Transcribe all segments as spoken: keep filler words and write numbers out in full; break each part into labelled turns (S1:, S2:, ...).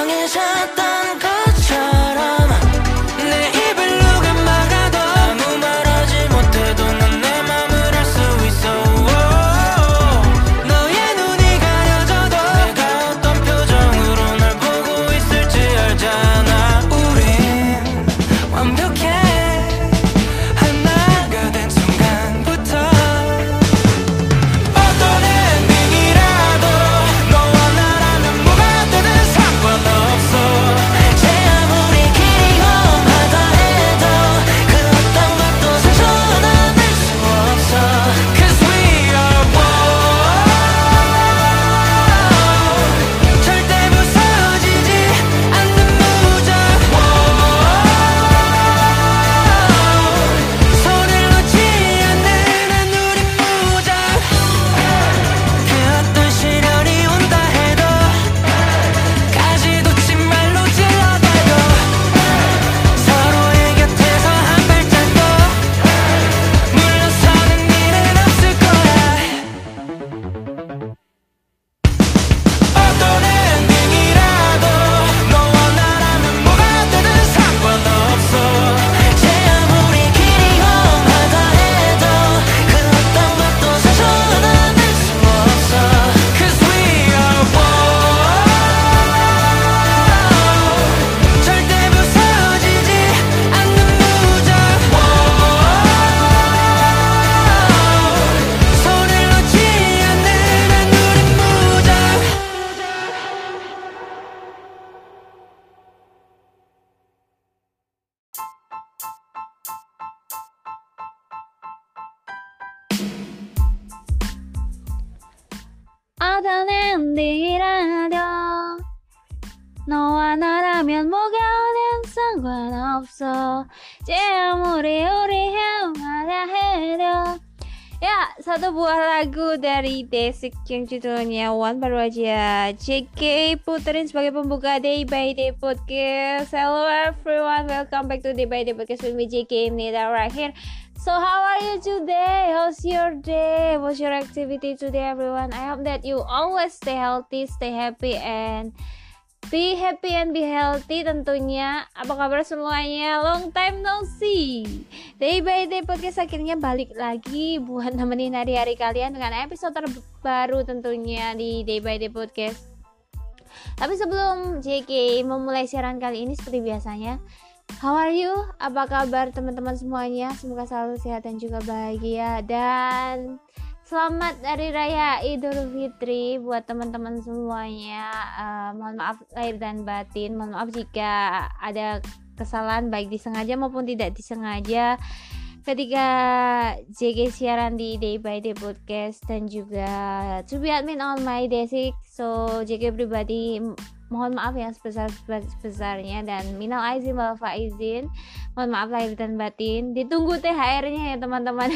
S1: 정해졌던 것처럼 내 입을 누가 막아도 아무 말하지 못해도 넌 내 맘을 알 수 있어. 너의 눈이 가려져도 내가 어떤 표정으로 널 보고 있을지 알잖아. 우린 완벽해 하나가 된 순간부터. 어떤 엔딩이라도 너와 나라면 뭐가 되든 상관없어. 제 아무리 길이 험하다 해도 그 어떤 것도 상처는 낼 수 없어. Cause we are one. 절대 부서지지 않는 무적. 손을 놓지 않는 한 우리 무적. 그 어떤 시련이 온다 해도 가지도 말로 질러대도 서로의 곁에서 한 발짝 더 물러서는 일은 없을 거야. 어떤 엔딩이라도 너와 나라면 뭐가 되든 상관없어. 제 아무리 길이 험하다 해도 그 어떤 것도 상처는 낼 수 없어. Cause we are one. 절대 부서지지 않는 무적. 손을 놓지 않는 한 우리 무적.
S2: 어떤 엔딩이라도 너와 나라면 뭐가 오든 상관없어. 제 아무리 우리 헤어나야 해도. Ya, satu buah lagu dari Desik yang judulnya One baru aja J K puterin sebagai pembuka Day by Day Podcast. Hello everyone, welcome back to Day by Day Podcast with me J K Nida right here. So how are you today? How's your day? What's your activity today everyone? I hope that you always stay healthy, stay happy and be happy and be healthy tentunya. Apa kabar semuanya? Long time no see. Day by Day Podcast akhirnya balik lagi buat nemenin hari-hari kalian dengan episode terbaru tentunya di Day by Day Podcast. Tapi sebelum J K memulai siaran kali ini seperti biasanya, how are you? Apa kabar teman-teman semuanya? Semoga selalu sehat dan juga bahagia. Dan selamat Hari Raya Idul Fitri buat teman-teman semuanya. Uh, mohon maaf lahir dan batin. Mohon maaf jika ada kesalahan baik disengaja maupun tidak disengaja ketika J K siaran di Day by Day Podcast dan juga to be admin on my Desik. So J K pribadi mohon maaf yang sebesar-besarnya dan minal aizin wal faizin. Mohon maaf lahir dan batin. Ditunggu T H R-nya ya teman-teman.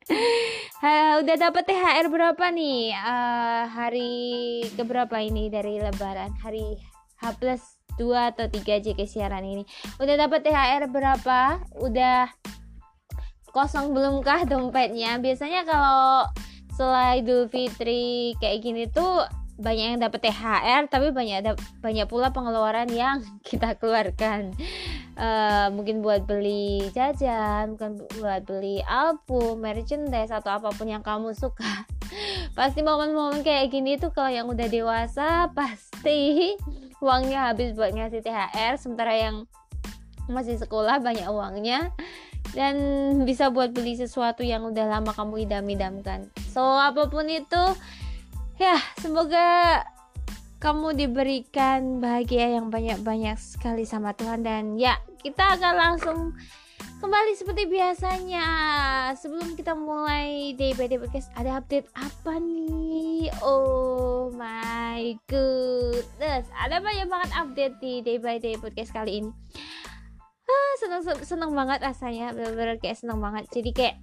S2: Ha, udah dapat T H R berapa nih? Uh, hari keberapa ini dari Lebaran? Hari H plus dua atau tiga J K siaran ini. Udah dapat T H R berapa? Udah kosong belumkah dompetnya? Biasanya kalau setelah Idul Fitri kayak gini tuh banyak yang dapat T H R, tapi banyak ada banyak pula pengeluaran yang kita keluarkan. Uh, mungkin buat beli jajan, mungkin buat beli album, merchandise atau apapun yang kamu suka. Pasti momen-momen kayak gini tuh kalau yang udah dewasa pasti uangnya habis buat ngasih T H R, sementara yang masih sekolah banyak uangnya dan bisa buat beli sesuatu yang udah lama kamu idam-idamkan. So apapun itu, ya semoga kamu diberikan bahagia yang banyak-banyak sekali sama Tuhan. Dan ya, kita akan langsung kembali seperti biasanya. Sebelum kita mulai Day by Day Podcast, ada update apa nih? Oh my goodness, ada banyak banget update di Day by Day Podcast kali ini. ah, seneng, seneng banget rasanya, bener-bener kayak seneng banget. Jadi kayak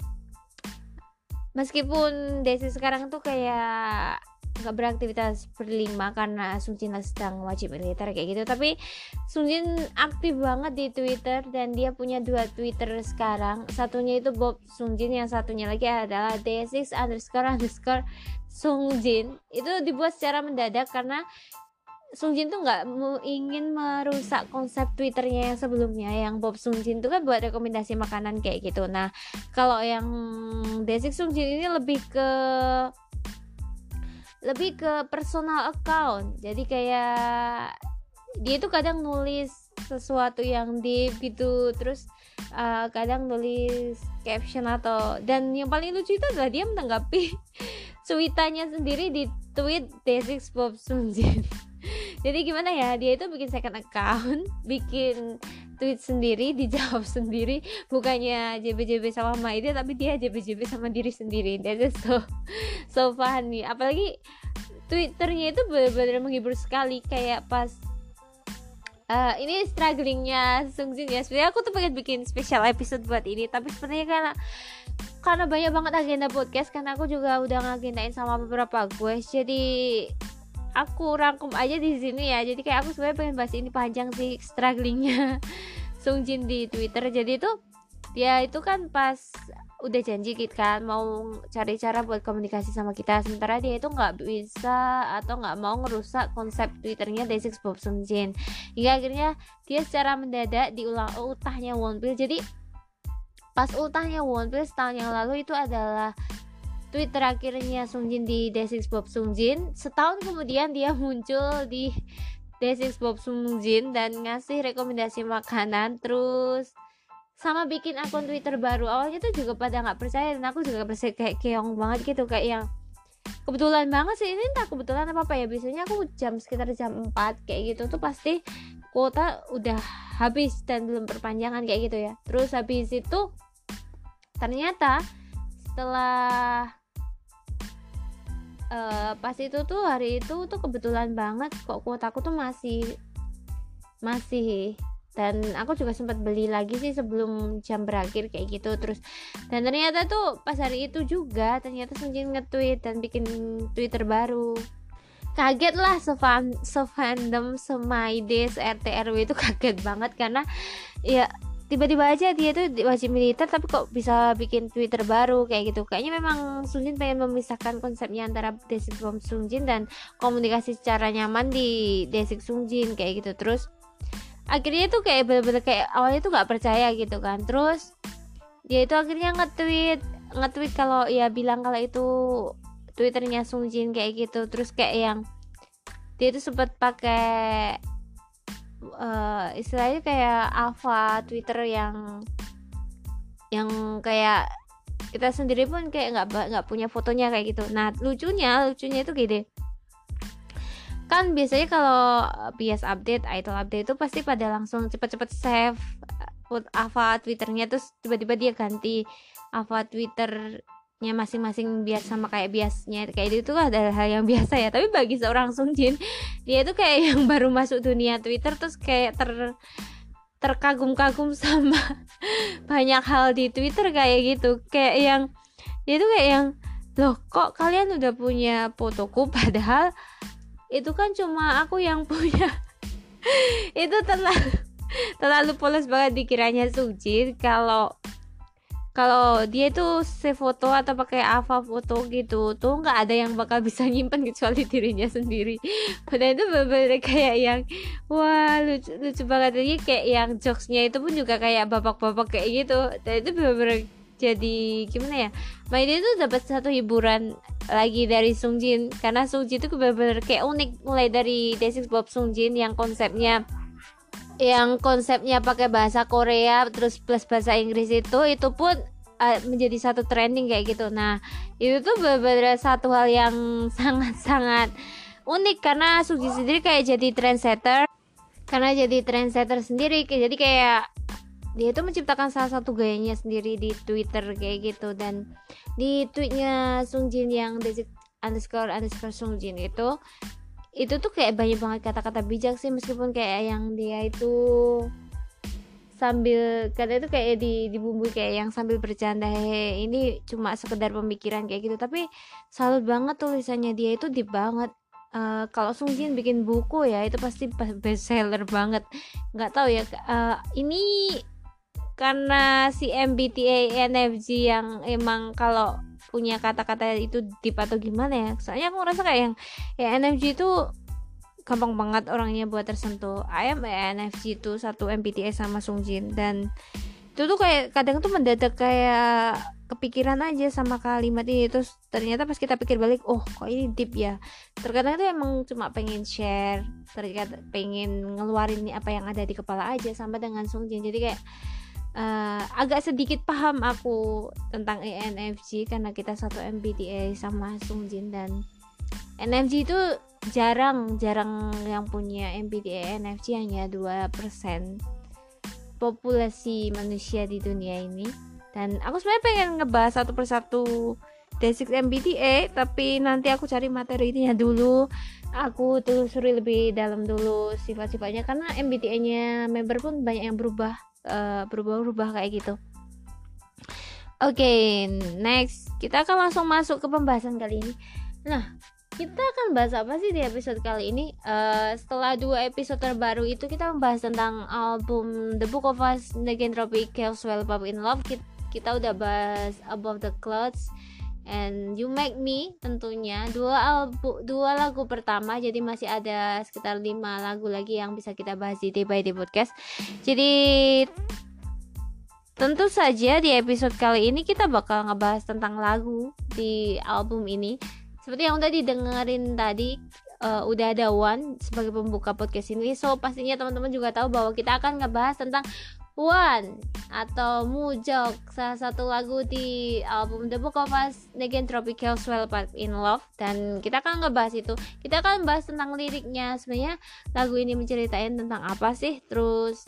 S2: meskipun Desi sekarang tuh kayak nggak beraktivitas berlima karena Sungjin sedang wajib militer kayak gitu, tapi Sungjin aktif banget di Twitter dan dia punya dua Twitter sekarang. Satunya itu Bob Sungjin, yang satunya lagi adalah D six underscore underscore Sungjin. Itu dibuat secara mendadak karena Sungjin tuh nggak mau ingin merusak konsep Twitternya yang sebelumnya, yang Bob Sungjin tuh kan buat rekomendasi makanan kayak gitu. Nah kalau yang Daesik Sungjin ini lebih ke lebih ke personal account, jadi kayak dia tuh kadang nulis sesuatu yang deep gitu, terus uh, kadang nulis caption atau, dan yang paling lucu itu adalah dia menanggapi cuitannya sendiri di tweet Daesik Bob Sungjin. Jadi gimana ya, dia itu bikin second account, bikin tweet sendiri, dijawab sendiri, bukannya J B J B sama Maide, tapi dia J B J B sama diri sendiri. That is so so funny. Apalagi Twitternya itu benar-benar menghibur sekali, kayak pas uh, ini strugglingnya Sungjin ya. Sebenarnya aku tuh pengen bikin special episode buat ini, tapi sebenarnya karena karena banyak banget agenda podcast, karena aku juga udah ngagendain sama beberapa gue, jadi aku rangkum aja di sini ya. Jadi kayak aku sebenarnya pengen bahas ini panjang sih, strugglingnya Sungjin di Twitter. Jadi itu dia itu kan pas udah janji gitu kan mau cari cara buat komunikasi sama kita, sementara dia itu nggak bisa atau nggak mau ngerusak konsep Twitternya Daesik Bob Sungjin, hingga akhirnya dia secara mendadak diulang ultahnya Wonpil. Jadi pas ultahnya Wonpil setahun yang lalu itu adalah tweet terakhirnya Sungjin di Daesik Bob Sungjin. Setahun kemudian dia muncul di Daesik Bob Sungjin dan ngasih rekomendasi makanan, terus sama bikin akun Twitter baru. Awalnya tuh juga pada nggak percaya, dan aku juga percaya kayak keong banget gitu, kayak yang kebetulan banget sih ini, entah kebetulan apa apa ya. Biasanya aku jam sekitar jam empat kayak gitu tuh pasti kuota udah habis dan belum perpanjangan kayak gitu ya. Terus habis itu ternyata setelah Uh, pas itu tuh hari itu tuh kebetulan banget kok kuotaku tuh masih masih dan aku juga sempat beli lagi sih sebelum jam berakhir kayak gitu. Terus dan ternyata tuh pas hari itu juga ternyata Sungjin nge-tweet dan bikin Twitter baru. Kaget lah, se-fan, se-fandom, se-Maide, se-R T R W itu kaget banget, karena ya tiba-tiba aja dia tuh wajib militer tapi kok bisa bikin Twitter baru kayak gitu. Kayaknya memang Sungjin pengen memisahkan konsepnya antara Daesik Bob Sungjin dan komunikasi secara nyaman di Daesik Sungjin kayak gitu. Terus akhirnya tuh kayak bener-bener kayak awalnya tuh nggak percaya gitu kan. Terus dia itu akhirnya nge-tweet nge-tweet kalau ya bilang kalau itu Twitternya Sungjin kayak gitu. Terus kayak yang dia itu sempat pakai Uh, istilahnya kayak alpha Twitter yang yang kayak kita sendiri pun kayak nggak nggak punya fotonya kayak gitu. Nah lucunya lucunya itu gini kan, biasanya kalau B S update, idol update itu pasti pada langsung cepet-cepet save alpha Twitternya, terus tiba-tiba dia ganti alpha Twitter nya masing-masing biar sama kayak biasnya kayak itu tuh adalah hal yang biasa ya. Tapi bagi seorang Sungjin, dia itu kayak yang baru masuk dunia Twitter, terus kayak ter terkagum-kagum sama banyak hal di Twitter kayak gitu. Kayak yang dia tuh kayak yang, loh kok kalian udah punya fotoku, padahal itu kan cuma aku yang punya. Itu terlalu terlalu polos banget dikiranya Sungjin kalau kalau dia itu save foto atau pakai alpha foto gitu tuh nggak ada yang bakal bisa nyimpen kecuali dirinya sendiri. Padahal itu bener-bener kayak yang wah lucu, lucu banget. Lagi kayak yang jokesnya itu pun juga kayak babak-babak kayak gitu. Dan itu bener-bener jadi gimana ya, Maide itu dapat satu hiburan lagi dari Sungjin, karena Sungjin itu bener-bener kayak unik. Mulai dari Daesik Bob Sungjin yang konsepnya yang konsepnya pakai bahasa Korea terus plus bahasa Inggris, itu itu pun uh, menjadi satu trending kayak gitu. Nah itu tuh benar-benar satu hal yang sangat-sangat unik, karena Sungjin sendiri kayak jadi trendsetter karena jadi trendsetter sendiri. Jadi kayak dia itu menciptakan salah satu gayanya sendiri di Twitter kayak gitu. Dan di tweetnya Sungjin yang Daesik underscore underscore Sungjin itu itu tuh kayak banyak banget kata-kata bijak sih, meskipun kayak yang dia itu sambil kata itu kayak di dibumbui kayak yang sambil bercanda, hehe ini cuma sekedar pemikiran kayak gitu. Tapi salut banget tulisannya dia itu deep banget. Uh, kalau Sungjin bikin buku ya itu pasti bestseller banget. Nggak tahu ya uh, ini karena si M B T I N F J yang emang kalau punya kata-kata itu deep atau gimana ya. Soalnya aku ngerasa kayak yang ya N F J itu gampang banget orangnya buat tersentuh. I am E N F J tuh satu M B T I sama Sungjin, dan itu tuh kayak kadang tuh mendadak kayak kepikiran aja sama kalimat ini, terus ternyata pas kita pikir balik, oh kok ini deep ya. Terkadang itu emang cuma pengen share, terkadang pengen ngeluarin nih apa yang ada di kepala aja, sama dengan Sungjin. Jadi kayak uh, agak sedikit paham aku tentang E N F J karena kita satu M B T I sama Sungjin. Dan E N F J itu jarang jarang yang punya M B T I E N F J, hanya dua persen populasi manusia di dunia ini. Dan aku sebenarnya pengen ngebahas satu persatu D enam M B T I, tapi nanti aku cari materinya dulu, aku telusuri lebih dalam dulu sifat-sifatnya, karena M B T I-nya member pun banyak yang berubah uh, berubah-ubah kayak gitu. Oke, okay, next kita akan langsung masuk ke pembahasan kali ini. Nah, kita akan bahas apa sih di episode kali ini? Uh, setelah dua episode terbaru itu kita membahas tentang album The Book of Us, Negentropy, Caswell, Pop in Love. Kita, kita udah bahas Above the Clouds and You Make Me, tentunya dua album, dua lagu pertama. Jadi masih ada sekitar lima lagu lagi yang bisa kita bahas di Day by Day Podcast. Jadi tentu saja di episode kali ini kita bakal ngebahas tentang lagu di album ini. Seperti yang udah didengerin tadi, uh, udah ada One sebagai pembuka podcast ini. So pastinya teman-teman juga tahu bahwa kita akan ngebahas tentang One atau Mujok, salah satu lagu di album The Book of Us, Negentropy, Caswell, Pop in Love. Dan kita akan ngebahas itu. Kita akan bahas tentang liriknya. Sebenarnya lagu ini menceritain tentang apa sih? Terus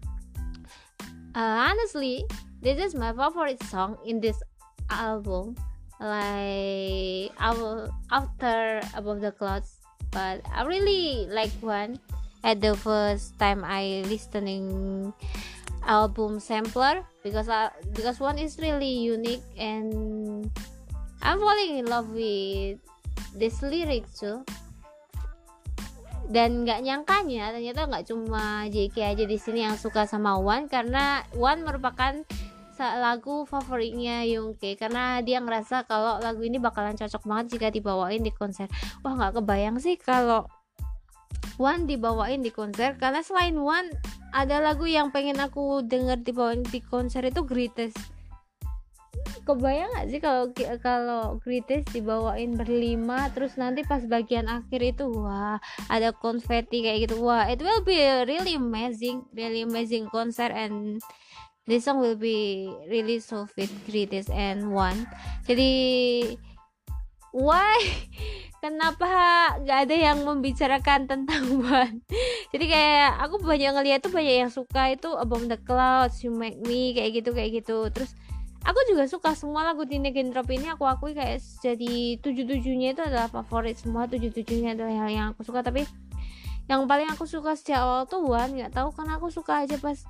S2: uh, honestly, this is my favorite song in this album. Like after Above the Clouds, but I really like One at the first time I listening album sampler, because I, because One is really unique and I'm falling in love with this lyrics too. Dan nggak nyangkanya ternyata nggak cuma J K aja di sini yang suka sama One, karena One merupakan lagu favoritnya Youngke, karena dia ngerasa kalau lagu ini bakalan cocok banget jika dibawain di konser. Wah, nggak kebayang sih kalau One dibawain di konser, karena selain One ada lagu yang pengen aku denger dibawain di konser itu Greatest. Kebayang nggak sih kalau kalau Greatest dibawain berlima, terus nanti pas bagian akhir itu wah ada konfeti kayak gitu. Wah, it will be really amazing, really amazing concert, and this song will be really so fit Greatest and One. Jadi why kenapa gak ada yang membicarakan tentang One? Jadi kayak aku banyak ngeliat tuh banyak yang suka itu Above the Clouds, You Make Me, kayak gitu kayak gitu. Terus aku juga suka semua lagu di Negentropy ini. Aku akui kayak jadi tujuh tujuhnya itu adalah favorit semua, tujuh tujuhnya adalah hal yang aku suka. Tapi yang paling aku suka sejak awal tuh One, nggak tahu karena aku suka aja pas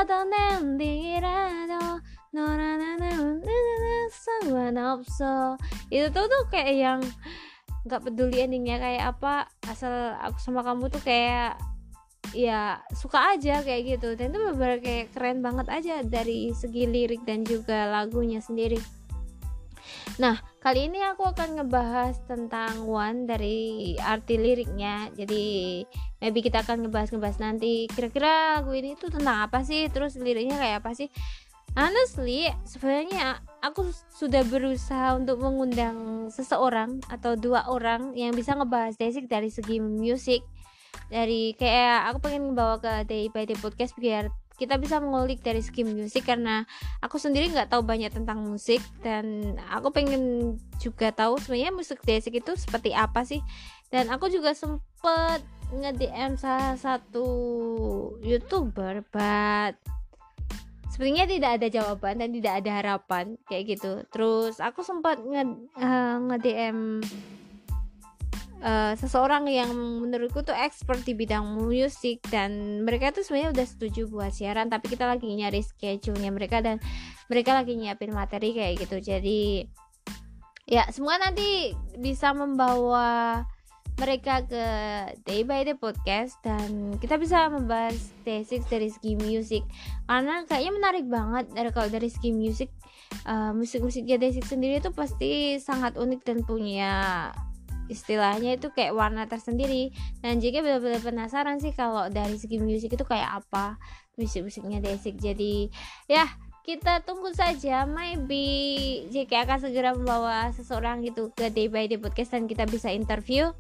S2: itu tuh tuh kayak yang nggak peduli endingnya kayak apa, asal aku sama kamu tuh kayak ya suka aja kayak gitu. Dan itu bener-bener kayak keren banget aja dari segi lirik dan juga lagunya sendiri. Nah, kali ini aku akan ngebahas tentang One dari arti liriknya. Jadi maybe kita akan ngebahas-ngebahas nanti kira-kira lagu ini tuh tentang apa sih, terus liriknya kayak apa sih. Honestly, sebenarnya aku sudah berusaha untuk mengundang seseorang atau dua orang yang bisa ngebahas basic dari segi musik. Dari kayak aku pengen bawa ke Day by Day Podcast biar kita bisa mengulik dari segi musik, karena aku sendiri nggak tahu banyak tentang musik dan aku pengen juga tahu sebenarnya musik basic itu seperti apa sih. Dan aku juga sempet nge-D M salah satu YouTuber, but sebenarnya tidak ada jawaban dan tidak ada harapan kayak gitu. Terus aku sempat nge, uh, nge-D M Uh, seseorang yang menurutku tuh expert di bidang musik, dan mereka tuh sebenarnya udah setuju buat siaran, tapi kita lagi nyari schedule-nya mereka dan mereka lagi nyiapin materi kayak gitu. Jadi ya semua nanti bisa membawa mereka ke Day by Day Podcast dan kita bisa membahas basics dari segi musik, karena kayaknya menarik banget. Dari kalau dari segi musik, uh, musik-musiknya Day enam sendiri tuh pasti sangat unik dan punya istilahnya itu kayak warna tersendiri. Dan J K benar-benar penasaran sih kalau dari segi musik itu kayak apa musik-musiknya Desik. Jadi ya kita tunggu saja, maybe J K akan segera membawa seseorang gitu ke Day by Day Podcast dan kita bisa interview.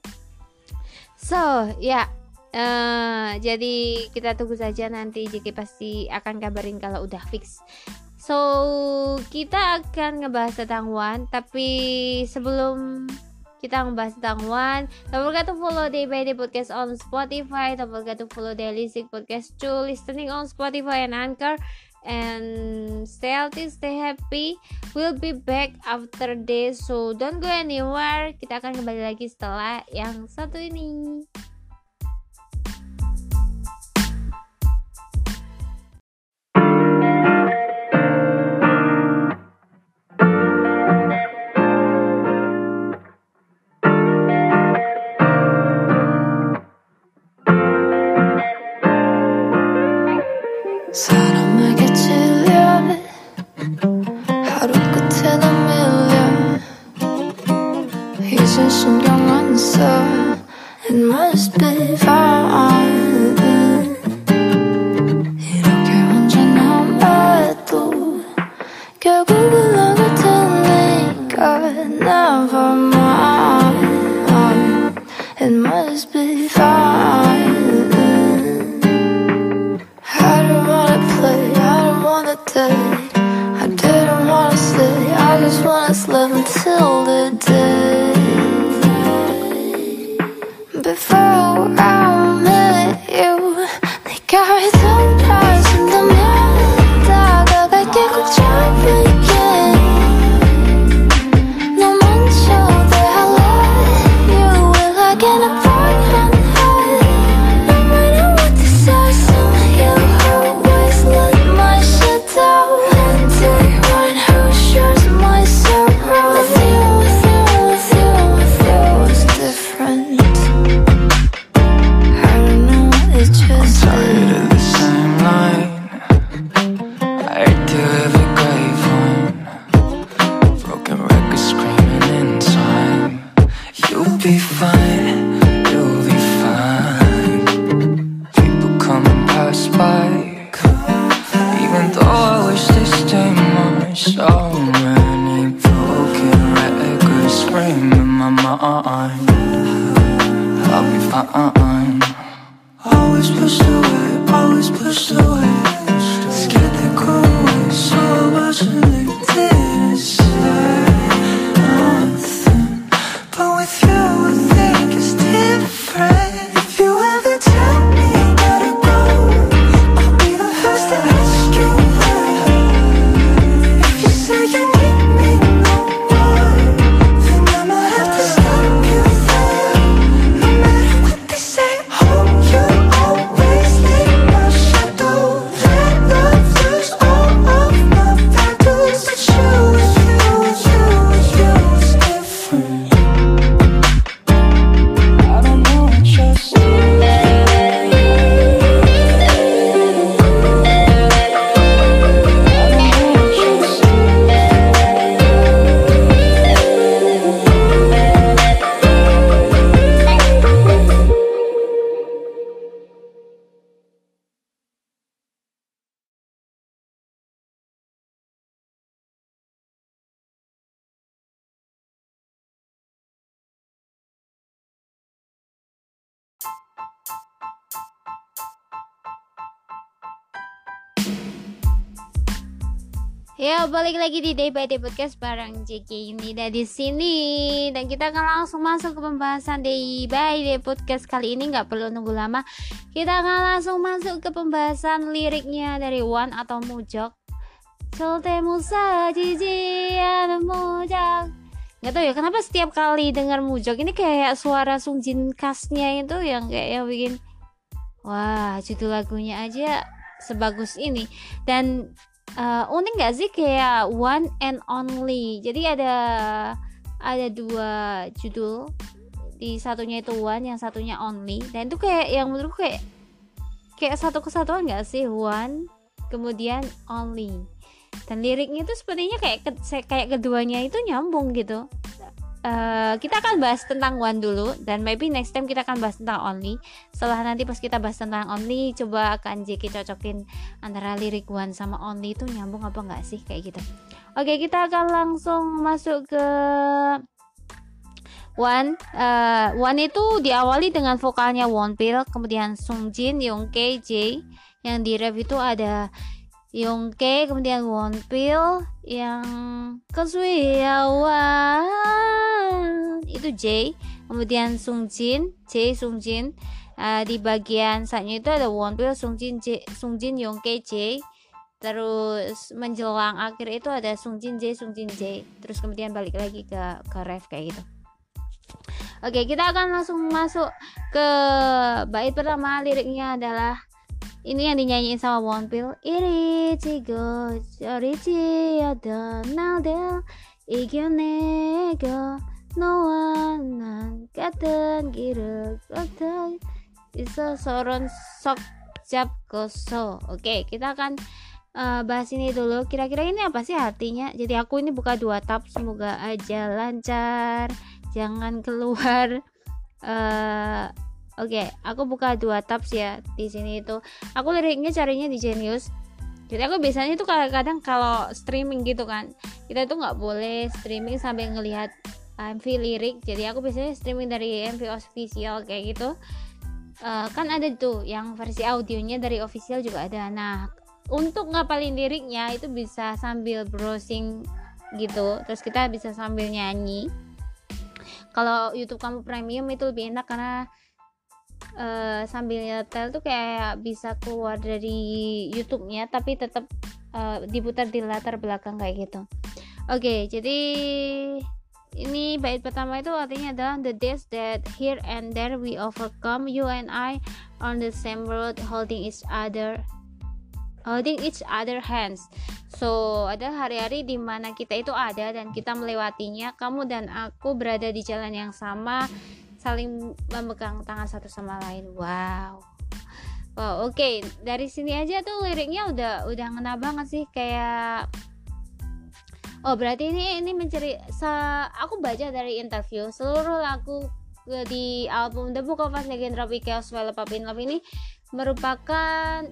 S2: So ya uh, jadi kita tunggu saja, nanti J K pasti akan kabarin kalau udah fix. So kita akan ngebahas tentang One, tapi sebelum kita ngebahas tentang One, don't forget to follow Day by Day Podcast on Spotify. Don't forget to follow Daily Sick Podcast too, listening on Spotify and Anchor. And stay healthy, stay happy. We'll be back after this, so don't go anywhere. Kita akan kembali lagi setelah yang satu ini.
S1: 사람에게 찔려 하루 끝에 난 밀려 이젠 신경 안 써. It must be fine. 이렇게 혼자 남아도 결국은 나갈 테니까 never mind. It must be fine. I didn't wanna stay, I just wanna live until the day before I met you. 네가 돌아선다면 다가갈게 걱정할게. 너 먼저 that I love you will I get a broken heart. No matter what they say, you always let my shit down. And anyone who shares my sorrow with you, with you, with you, with you is different. I don't know, it's just I'm tired of the same line. I hate to live a grapevine. Broken records screaming in time. You'll be fine, you'll be fine. People come and pass by, even though I wish they stay more. So many broken records screaming my mind. I'll be fine. Always pushed away, always pushed away. Scared to go away, so I wasn't like this. Nothing, but with you I think it's different. If you ever tell me I gotta go, I'll be the first to ask you why. If you say you need me no more, then I'ma have to stop you there. No matter what they say, oh, you always leave my shadow. Let love lose all of my values. But you, with you, with you, with you is different. I don't know, I trust you.
S2: Ya, balik lagi di Day by Day Podcast bareng J K ini dari sini, dan kita akan langsung masuk ke pembahasan Day by Day Podcast kali ini. Nggak perlu nunggu lama, kita akan langsung masuk ke pembahasan liriknya dari One atau Mujok. Solte Musa Jijian Mujok. Nggak tahu ya kenapa setiap kali dengar Mujok ini kayak suara Sung Jin khasnya itu yang kayak yang bikin wah, judul lagunya aja sebagus ini. Dan Uh, unik gak sih kayak One and Only. Jadi ada ada dua judul, di satunya itu One, yang satunya Only. Dan itu kayak yang menurutku kayak kayak satu kesatuan gak sih, One kemudian Only. Dan liriknya itu sepertinya kayak ke, kayak keduanya itu nyambung gitu. uh, kita akan bahas tentang one dulu, dan maybe next time kita akan bahas tentang only. Setelah nanti pas kita bahas tentang only, coba akan J K cocokin antara lirik one sama only itu nyambung apa enggak sih, kayak gitu. Oke, kita akan langsung masuk ke One. uh, One itu diawali dengan vokalnya Wonpil, kemudian Sungjin, Youngtae, J. Yang di rap itu ada Youngtae, kemudian Wonpil, yang Kesuyawan itu J, kemudian Sungjin, J, Sungjin. Uh, di bagian saatnya itu ada Wonpil, Sungjin, J, Sungjin, Youngtae, J. Terus menjelang akhir itu ada Sungjin, J, Sungjin, J. Terus kemudian balik lagi ke ke ref kayak gitu. Oke, kita akan langsung masuk ke bait pertama. Liriknya adalah ini yang dinyanyiin sama Wonpil. Irichigo Chorichi Adonaldel Igyonego Noanan Katan Giru Kotai Iso Soron Sok Jap Koso. Oke, kita akan uh, bahas ini dulu. Kira-kira ini apa sih artinya? Jadi aku ini buka dua tab, semoga aja lancar. Jangan keluar. Uh, Oke, okay, aku buka dua tabs ya di sini itu. Aku liriknya carinya di Genius. Jadi aku biasanya tuh kadang-kadang kalau streaming gitu kan, kita tuh nggak boleh streaming sambil ngelihat M V lirik. Jadi aku biasanya streaming dari M V official kayak gitu. Uh, kan ada tuh yang versi audionya dari official juga ada. Nah, untuk ngapalin liriknya itu bisa sambil browsing gitu. Terus kita bisa sambil nyanyi. Kalau YouTube kamu premium itu lebih enak karena uh, sambil nyetel tuh kayak bisa keluar dari YouTube-nya tapi tetap uh, diputar di latar belakang kayak gitu. Oke, okay, jadi ini bait pertama itu artinya adalah the days that here and there we overcome, you and I on the same road holding each other holding each other hands. So, ada hari-hari di mana kita itu ada dan kita melewatinya. Kamu dan aku berada di jalan yang sama, saling memegang tangan satu sama lain. Wow. Wow, oke. Okay. Dari sini aja tuh liriknya udah udah ngena banget sih, kayak oh, berarti ini ini mencari se- aku baca dari interview seluruh lagu di album The Book of Us Legend Drop Chaos Well Up in Love ini merupakan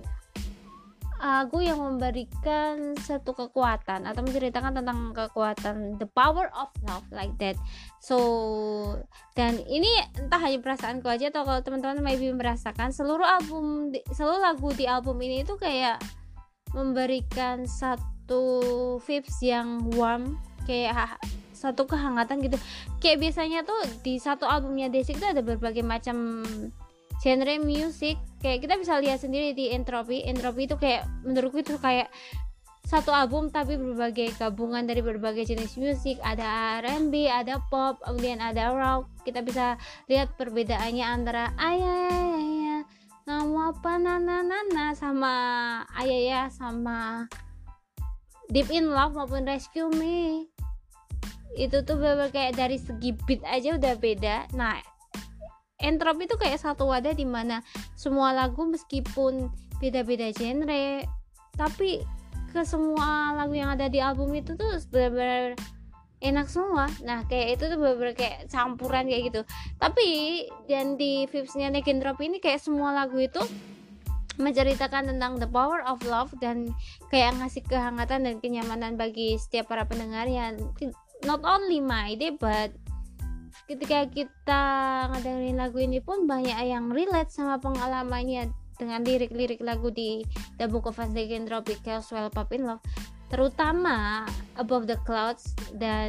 S2: lagu yang memberikan satu kekuatan atau menceritakan tentang kekuatan, the power of love, like that. So, dan ini entah hanya perasaanku aja atau kalau teman-teman maybe merasakan seluruh album, seluruh lagu di album ini itu kayak memberikan satu vibes yang warm, kayak satu kehangatan gitu. Kayak biasanya tuh di satu albumnya Desik itu ada berbagai macam genre musik, kayak kita bisa lihat sendiri di Entropy. Entropy itu kayak menurutku itu kayak satu album tapi berbagai gabungan dari berbagai jenis musik, ada R and B, ada pop, kemudian ada rock. Kita bisa lihat perbedaannya antara ayah nama apa nana nana sama ayah sama Deep in Love maupun Rescue Me. Itu tuh bener kayak dari segi beat aja udah beda. Nah, Entropy itu kayak satu wadah di mana semua lagu meskipun beda-beda genre, tapi ke semua lagu yang ada di album itu tuh benar-benar enak semua. Nah, kayak itu tuh benar-benar kayak campuran kayak gitu. Tapi dan di vibes-nya Entropy ini kayak semua lagu itu menceritakan tentang the power of love dan kayak ngasih kehangatan dan kenyamanan bagi setiap para pendengarnya. Not only my day, but ketika kita ngedengerin lagu ini pun banyak yang relate sama pengalamannya dengan lirik-lirik lagu di The Book of Us Legend Drop Chaos Well Up in Love, terutama Above the Clouds. Dan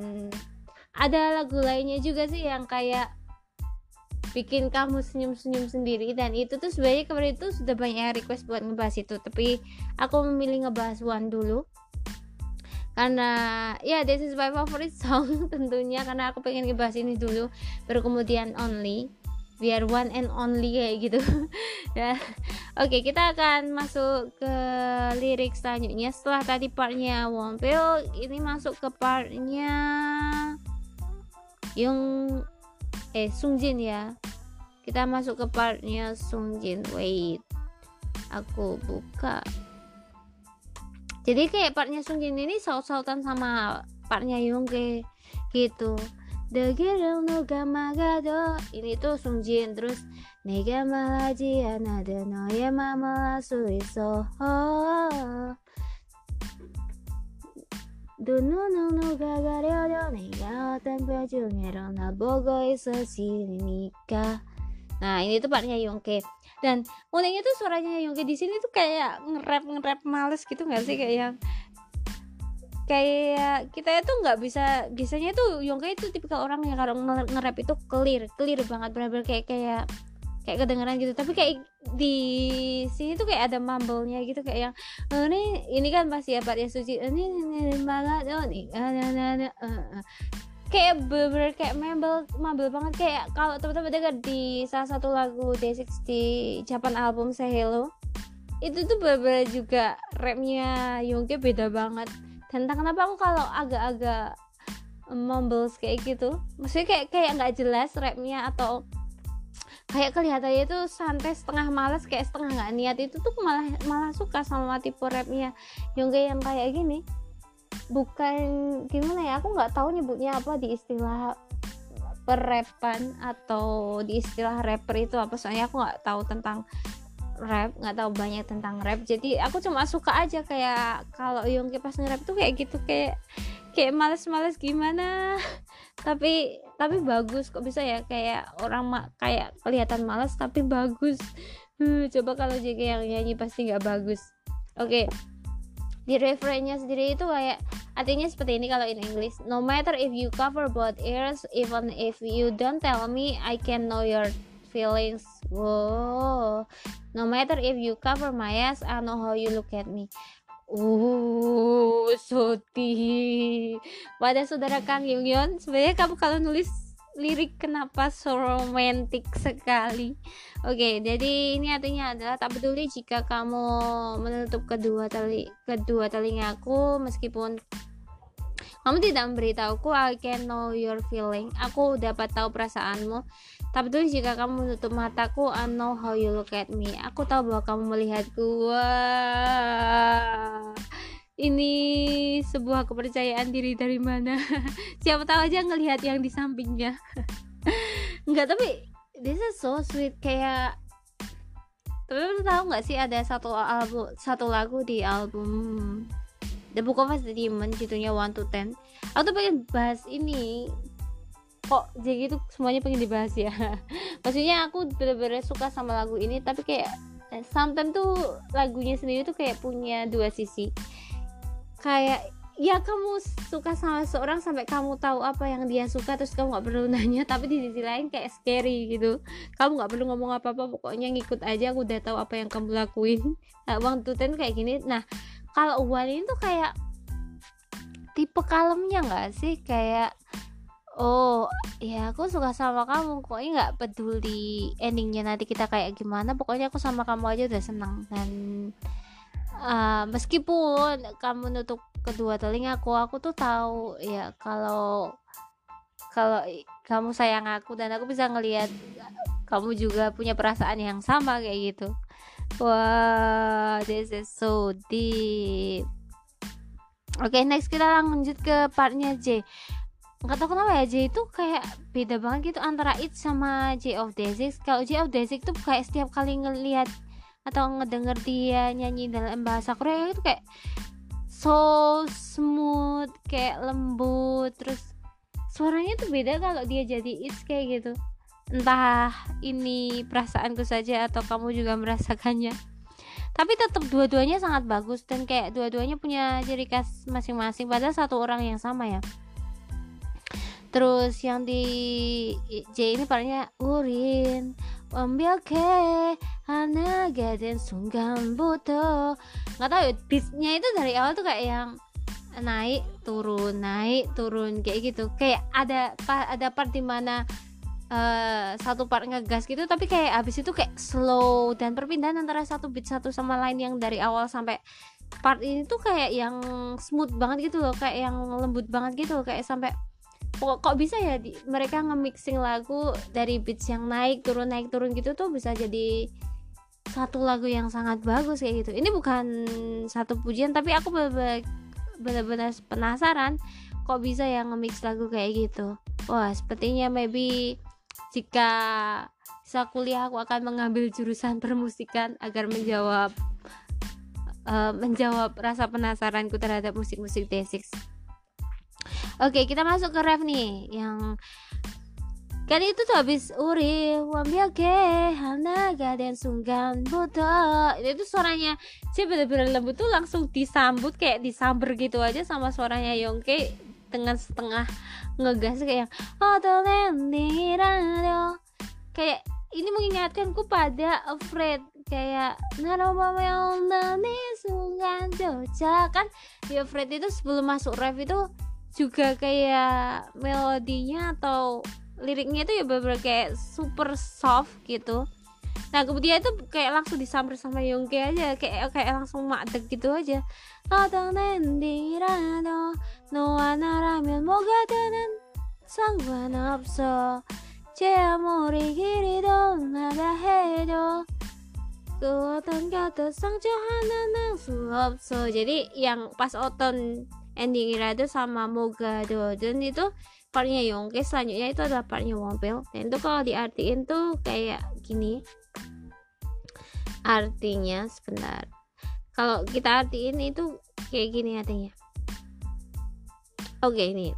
S2: ada lagu lainnya juga sih yang kayak bikin kamu senyum-senyum sendiri, dan itu tuh sebenarnya kemarin itu sudah banyak request buat ngebahas itu, tapi aku memilih ngebahas One dulu karena ya yeah, this is my favorite song tentunya, karena aku pengen ngebahas ini dulu baru kemudian Only, biar one and only kayak gitu. Ya, oke, okay, kita akan masuk ke lirik selanjutnya. Setelah tadi partnya Wonpil, ini masuk ke partnya yang eh Sungjin ya. Kita masuk ke partnya Sungjin. Wait, aku buka. Jadi kayak partnya Sungjin ini saut-sautan sama partnya Youngtae gitu. Degiram no gamagado. Ini tuh Sungjin. Terus Nega malaji anada no yama malasu iso. Dunu no no gagaryo nega tempe jungero na bogo iso shinika. Nah ini tuh partnya Yongke. Dan uniknya tuh suaranya Yongke di sini tuh kayak nge-rap nge-rap males gitu nggak sih, kayak yang kayak kita itu nggak bisa, biasanya tuh Yongke itu tipikal orang yang kalau nge-rap itu clear clear banget, benar-benar kayak kayak kayak kedengeran gitu. Tapi kayak di sini tuh kayak ada mumble-nya gitu, kayak yang oh, ini ini kan pasti ya partnya Suci ini ini banget oh nih kayak bener kayak mumble mumble banget. Kayak kalau teman-teman dengar di salah satu lagu D enam di Japan album Say Hello, itu tuh bener-bener juga rapnya Yongke beda banget. Dan entah kenapa aku kalau agak-agak mumbles kayak gitu, maksudnya kayak kayak nggak jelas rapnya, atau kayak kelihatannya itu santai setengah malas kayak setengah nggak niat, itu tuh malah malah suka sama tipe rapnya Yongke yang kayak gini. Bukan gimana ya, aku nggak tahu nyebutnya apa di istilah perapan atau di istilah rapper itu apa, soalnya aku nggak tahu tentang rap, nggak tahu banyak tentang rap. Jadi aku cuma suka aja kayak kalau Yongke pas nge-rap tuh kayak gitu, kayak kayak males-males gimana tapi tapi bagus kok bisa ya, kayak orang ma- kayak kelihatan malas tapi bagus. Uh, coba kalau J K yang nyanyi pasti nggak bagus. Oke, okay. Di refrainnya sendiri itu kayak artinya seperti ini kalau in English. No matter if you cover both ears, even if you don't tell me, I can know your feelings. Wow. No matter if you cover my ass, I know how you look at me. Uh, Soti. Pada saudara Kang Yongyeon, sebenarnya kamu kalau nulis lirik kenapa so romantis sekali? Oke, okay, jadi ini artinya adalah tak peduli jika kamu menutup kedua tali kedua telingaku, meskipun kamu tidak memberitahuku, I can know your feeling. Aku dapat tahu perasaanmu. Tak peduli jika kamu menutup mataku, I know how you look at me. Aku tahu bahwa kamu melihatku. Wah, ini sebuah kepercayaan diri dari mana? Siapa tahu aja ngelihat yang di sampingnya. Enggak, tapi this is so sweet. Kayak temen-temen tahu nggak sih ada satu album satu lagu di album The Book of the Demon, judulnya one to ten. Aku tuh pengen bahas ini. Kok jadi itu semuanya pengen dibahas ya? Maksudnya aku bener-bener suka sama lagu ini, tapi kayak sometimes tuh lagunya sendiri tuh kayak punya dua sisi. Kayak ya kamu suka sama seorang sampai kamu tahu apa yang dia suka, terus kamu nggak perlu nanya. Tapi di sisi lain kayak scary gitu, kamu nggak perlu ngomong apa-apa, pokoknya ngikut aja, aku udah tahu apa yang kamu lakuin. Nah, one to ten kayak gini. Nah kalau one ini tuh kayak tipe kalemnya nggak sih, kayak oh ya aku suka sama kamu, pokoknya nggak peduli endingnya nanti kita kayak gimana, pokoknya aku sama kamu aja udah senang. Dan uh, meskipun kamu nutup kedua telingaku, aku tuh tahu ya kalau kalau kamu sayang aku, dan aku bisa ngelihat kamu juga punya perasaan yang sama kayak gitu. Wah, wow, this is so deep. Oke, okay, next kita lanjut ke partnya J. Nggak tahu kenapa ya, J itu kayak beda banget gitu antara It sama J of Desik. Kalau J of Desik tuh kayak setiap kali ngelihat atau ngedenger dia nyanyi dalam bahasa Korea itu kayak so smooth, kayak lembut, terus suaranya tuh beda kalau dia jadi It kayak gitu. Entah ini perasaanku saja atau kamu juga merasakannya, tapi tetap dua-duanya sangat bagus, dan kayak dua-duanya punya ciri khas masing-masing, padahal satu orang yang sama ya. Terus yang di J ini partnya Urin 완벽해 하나가 된 순간부터. Nggak tahu ya, beatnya itu dari awal tuh kayak yang naik turun naik turun kayak gitu, kayak ada ada part dimana Uh, satu part ngegas gitu, tapi kayak abis itu kayak slow, dan perpindahan antara satu beat satu sama lain yang dari awal sampai part ini tuh kayak yang smooth banget gitu loh, kayak yang lembut banget gitu loh, kayak sampai kok, kok bisa ya di, mereka nge-mixing lagu dari beats yang naik turun naik turun gitu tuh bisa jadi satu lagu yang sangat bagus kayak gitu. Ini bukan satu pujian, tapi aku bener-bener bener-bener penasaran kok bisa ya nge-mix lagu kayak gitu. wah sepertinya maybe jika bisa kuliah aku akan mengambil jurusan permusikan agar menjawab uh, menjawab rasa penasaranku terhadap musik-musik D six. Oke, kita masuk ke ref nih yang kan itu tuh habis uri wambiake hanaga dan sunggan bodo. Itu suaranya sih bener-bener lembut tuh, langsung disambut kayak disamber gitu aja sama suaranya Yongke dengan setengah ngegas kayak Otolendirado. Kayak ini mengingatkanku pada Afraid, kayak Naromamel Sungan Joja. Kan di Afraid itu sebelum masuk ref itu juga kayak melodinya atau liriknya itu ya bener-bener kayak super soft gitu. Nah kemudian itu kayak langsung disamber sama Yongke aja, kayak kayak langsung makdek gitu aja. Otolendirado noa naramil mogadanan sangguan 없어 제 아무리 길이도 나가 해도 그 어떤 것도 상처 하나는 수 없어. Jadi yang pas oton ending Irado sama Mogadodon itu partnya Yongke, selanjutnya itu adalah partnya Wonpil. Dan itu kalau diartiin tuh kayak gini artinya, sebentar, kalau kita artiin itu kayak gini artinya. Oke, okay, ini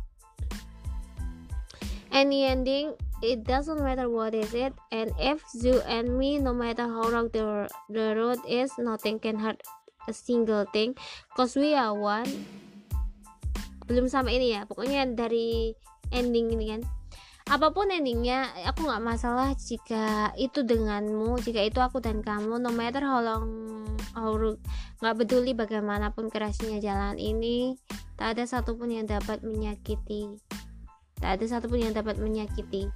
S2: any ending, it doesn't matter what is it, and if you and me, no matter how long the, the road is, nothing can hurt a single thing, cause we are one. Belum sampai ini ya, pokoknya dari ending ini kan, apapun endingnya aku nggak masalah jika itu denganmu, jika itu aku dan kamu, no matter how long, how nggak peduli bagaimanapun kerasnya jalan ini, tak ada satupun yang dapat menyakiti, tak ada satupun yang dapat menyakiti.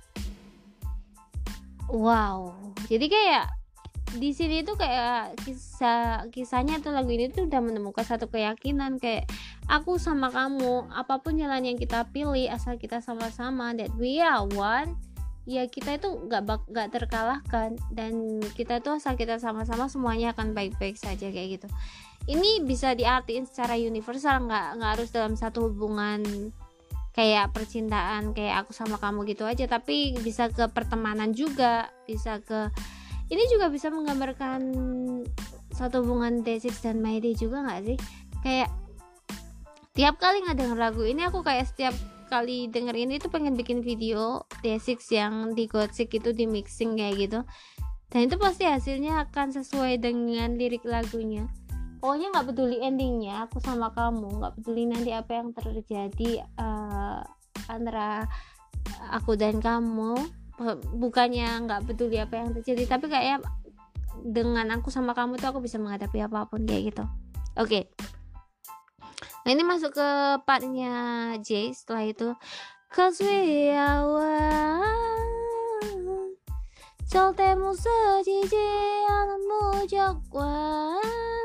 S2: Wow, jadi kayak di sini tuh kayak kisah kisahnya tuh lagu ini tuh udah menemukan satu keyakinan, kayak aku sama kamu, apapun jalan yang kita pilih asal kita sama-sama, that we are one, ya kita itu nggak nggak terkalahkan, dan kita tuh asal kita sama-sama semuanya akan baik-baik saja kayak gitu. Ini bisa diartiin secara universal, nggak nggak harus dalam satu hubungan kayak percintaan kayak aku sama kamu gitu aja, tapi bisa ke pertemanan juga, bisa ke ini juga bisa menggambarkan satu hubungan D six dan Mayday juga nggak sih? Kayak tiap kali ngedenger lagu ini aku kayak setiap kali denger ini tuh pengen bikin video D six yang di Godsik itu di mixing kayak gitu, dan itu pasti hasilnya akan sesuai dengan lirik lagunya. Pokoknya nggak peduli endingnya, aku sama kamu, nggak peduli nanti apa yang terjadi uh, antara aku dan kamu. Bukannya nggak peduli apa yang terjadi, tapi kayak dengan aku sama kamu tuh aku bisa menghadapi apapun kayak gitu. Oke, okay. Nah ini masuk ke partnya J setelah itu. Cause we are one, 절대 무서지지 않은 무조건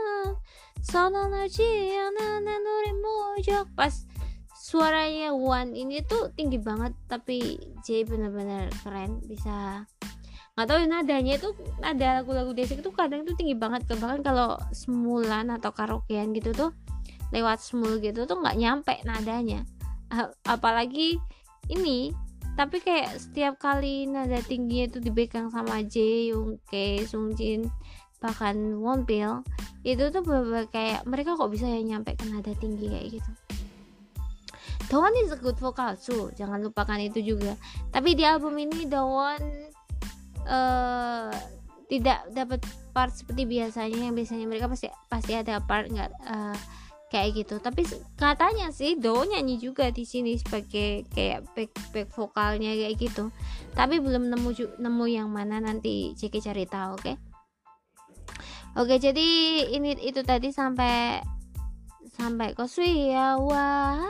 S2: 선언하지 않은 내 노래 무조건. Pas suaranya One ini tuh tinggi banget, tapi J bener-bener keren, bisa nggak tahu nadanya itu, nada lagu-lagu Desik tuh kadang tuh tinggi banget, bahkan kalau semulan atau karaokean gitu tuh lewat semul gitu tuh nggak nyampe nadanya, apalagi ini. Tapi kayak setiap kali nada tingginya itu dipegang sama J, Yongke, Sungjin, bahkan Wonpil, itu tuh bener-bener kayak mereka kok bisa ya nyampe ke nada tinggi kayak gitu. Dawon is a good vocal too, jangan lupakan itu juga. Tapi di album ini Dawon uh, tidak dapat part seperti biasanya, yang biasanya mereka pasti pasti ada part nggak uh, kayak gitu. Tapi katanya sih Dawon nyanyi juga di sini sebagai kayak back back vokalnya kayak gitu. Tapi belum nemu nemu yang mana, nanti Ciki cari tahu, oke? Okay? Oke, okay, jadi ini itu tadi sampai sampai Kosuiawa.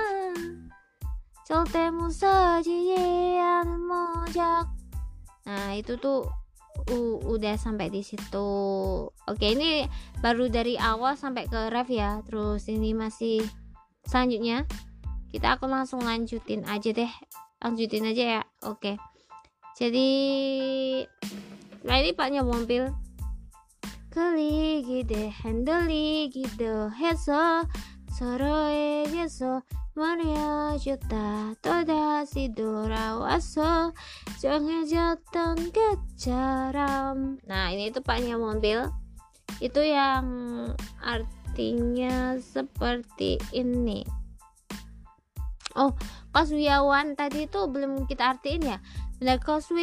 S2: 절대 무서지지 않은 모적. Nah itu tuh uh, udah sampai di situ. Oke, ini baru dari awal sampai ke ref ya. Terus ini masih selanjutnya kita akan langsung lanjutin aja deh, lanjutin aja ya. Oke, jadi nah ini partnya Wonpil. 그리기대 핸들리기도 해서 서로에게서 말이야 좋다 또다시 돌아와서 정해졌던 것처럼. Nah ini tuh partnya mobil itu yang artinya seperti ini. Oh, Koswiawan tadi itu belum kita artiin ya. Benar,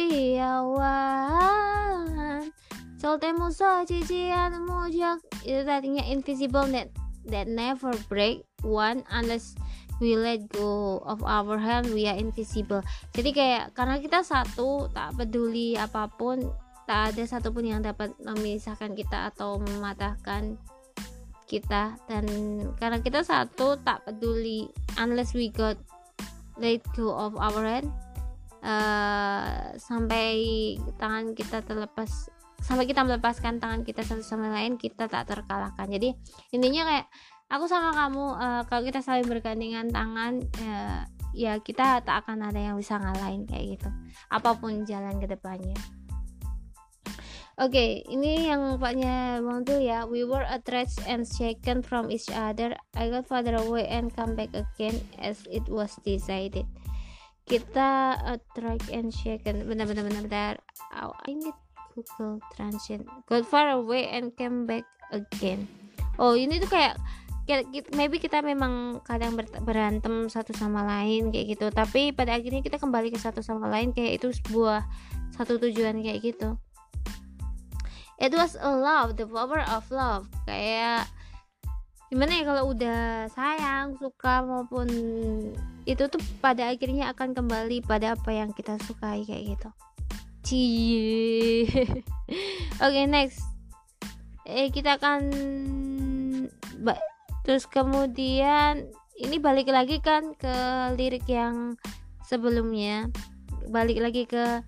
S2: Koswiawan Soltemuso cician mujak itu tadinya invisible that that never break one unless we let go of our hand, we are invisible. Jadi kayak karena kita satu, tak peduli apapun, tak ada satupun yang dapat memisahkan kita atau mematahkan kita. Dan karena kita satu, tak peduli unless we got let go of our hand, uh, sampai tangan kita terlepas, sampai kita melepaskan tangan kita satu sama lain, kita tak terkalahkan. Jadi intinya kayak aku sama kamu, uh, kalau kita saling bergandengan tangan, uh, ya kita tak akan ada yang bisa ngalahin kayak gitu, apapun jalan ke depannya. Oke, okay, ini yang partnya mobil ya. We were attracted and shaken from each other. I got farther away and come back again as it was decided. Kita attract and shaken. Benar benar benar benar. Oh, I need Google Translate. Got far away and came back again. Oh, ini tuh kayak maybe kita memang kadang berantem satu sama lain kayak gitu, tapi pada akhirnya kita kembali ke satu sama lain, kayak itu sebuah satu tujuan kayak gitu. It was a love, the power of love. Kayak gimana ya, kalau udah sayang, suka maupun itu tuh pada akhirnya akan kembali pada apa yang kita sukai kayak gitu. Cie. Oke, okay, next. Eh kita akan ba- Terus kemudian ini balik lagi kan ke lirik yang sebelumnya, balik lagi ke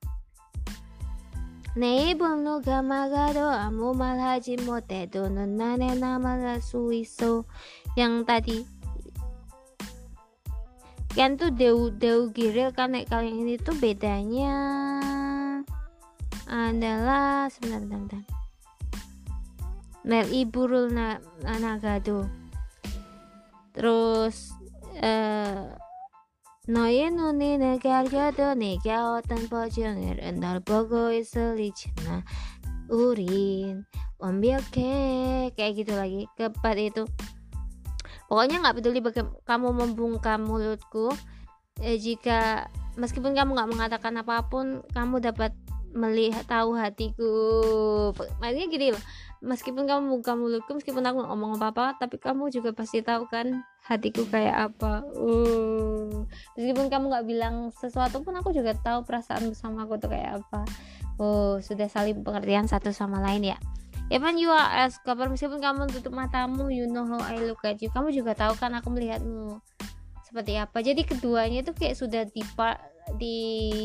S2: 내 입은 누가 막아도 아무 말 하지 못해도 넌 안에 남아갈 수 있어. Yang tadi kan tuh deu deu giril kan, kalau yang ini tuh bedanya adalah sebentar bentar, bentar. Nel iburul na, nagado. Terus uh, 너의 눈이 내게 알려도 네가 어떤 버전을 널 보고 있을 리잖아. 우린 완벽해. Kayak gitu lagi keempat itu. Pokoknya nggak peduli bagaimana kamu membungkam mulutku, eh, jika meskipun kamu nggak mengatakan apapun, kamu dapat melihat tahu hatiku. Maksudnya gini loh, meskipun kamu buka mulutku, meskipun aku ngomong apa-apa, tapi kamu juga pasti tahu kan hatiku kayak apa. Uh, meskipun kamu nggak bilang sesuatu pun, aku juga tahu perasaan bersama aku tuh kayak apa. Oh, sudah saling pengertian satu sama lain ya. Even you are as cover, meskipun kamu tutup matamu, you know how I look at you, kamu juga tahu kan aku melihatmu seperti apa. Jadi keduanya itu kayak sudah di di